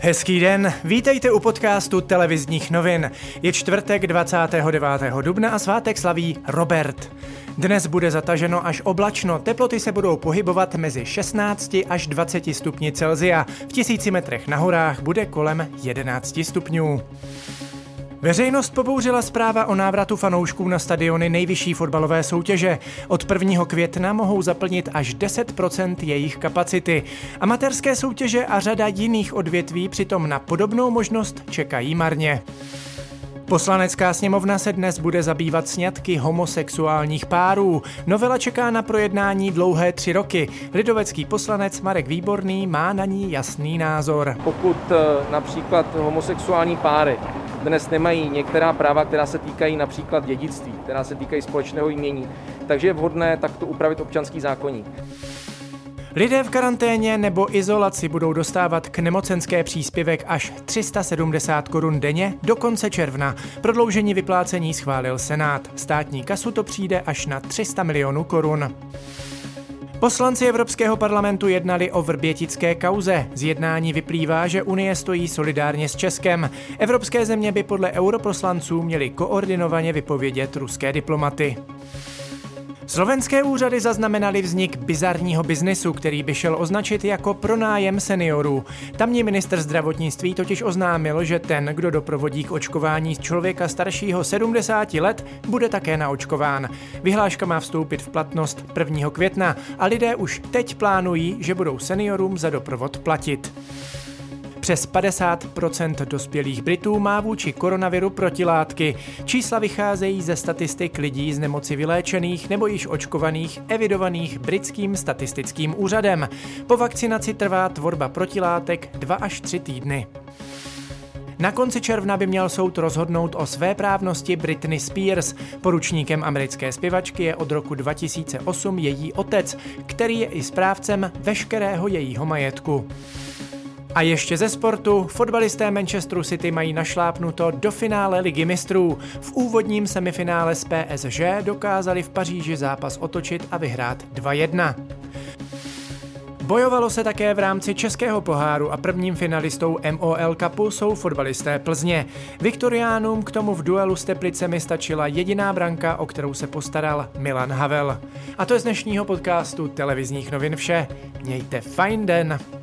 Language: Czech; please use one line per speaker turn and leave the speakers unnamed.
Hezký den, vítejte u podcastu televizních novin. Je čtvrtek 29. dubna a svátek slaví Robert. Dnes bude zataženo až oblačno, teploty se budou pohybovat mezi 16 až 20 stupni Celsia. V 1000 metrech na horách bude kolem 11 stupňů. Veřejnost pobouřila zpráva o návratu fanoušků na stadiony nejvyšší fotbalové soutěže. Od 1. května mohou zaplnit až 10% jejich kapacity. Amatérské soutěže a řada jiných odvětví přitom na podobnou možnost čekají marně. Poslanecká sněmovna se dnes bude zabývat sňatky homosexuálních párů. Novela čeká na projednání dlouhé 3 roky. Lidovecký poslanec Marek Výborný má na ní jasný názor.
Pokud například homosexuální páry dnes nemají některá práva, která se týkají například dědictví, která se týkají společného jmění, takže je vhodné takto upravit občanský zákoník.
Lidé v karanténě nebo izolaci budou dostávat k nemocenské příspěvek až 370 korun denně do konce června. Prodloužení vyplácení schválil Senát. Státní kasu to přijde až na 300 milionů korun. Poslanci Evropského parlamentu jednali o vrbětické kauze. Z jednání vyplývá, že Unie stojí solidárně s Českem. Evropské země by podle europoslanců měly koordinovaně vypovědět ruské diplomaty. Slovenské úřady zaznamenaly vznik bizarního biznesu, který by šel označit jako pronájem seniorů. Tamní ministr zdravotnictví totiž oznámil, že ten, kdo doprovodí k očkování člověka staršího 70 let, bude také naočkován. Vyhláška má vstoupit v platnost 1. května a lidé už teď plánují, že budou seniorům za doprovod platit. Přes 50% dospělých Britů má vůči koronaviru protilátky. Čísla vycházejí ze statistik lidí z nemoci vyléčených nebo již očkovaných, evidovaných britským statistickým úřadem. Po vakcinaci trvá tvorba protilátek 2 až 3 týdny. Na konci června by měl soud rozhodnout o svéprávnosti Britney Spears. Poručníkem americké zpěvačky je od roku 2008 její otec, který je i správcem veškerého jejího majetku. A ještě ze sportu, fotbalisté Manchesteru City mají našlápnuto do finále Ligy mistrů. V úvodním semifinále s PSG dokázali v Paříži zápas otočit a vyhrát 2-1. Bojovalo se také v rámci Českého poháru a prvním finalistou MOL Cupu jsou fotbalisté Plzně. Viktoriánům k tomu v duelu s Teplicemi stačila jediná branka, o kterou se postaral Milan Havel. A to je z dnešního podcastu televizních novin vše. Mějte fajn den.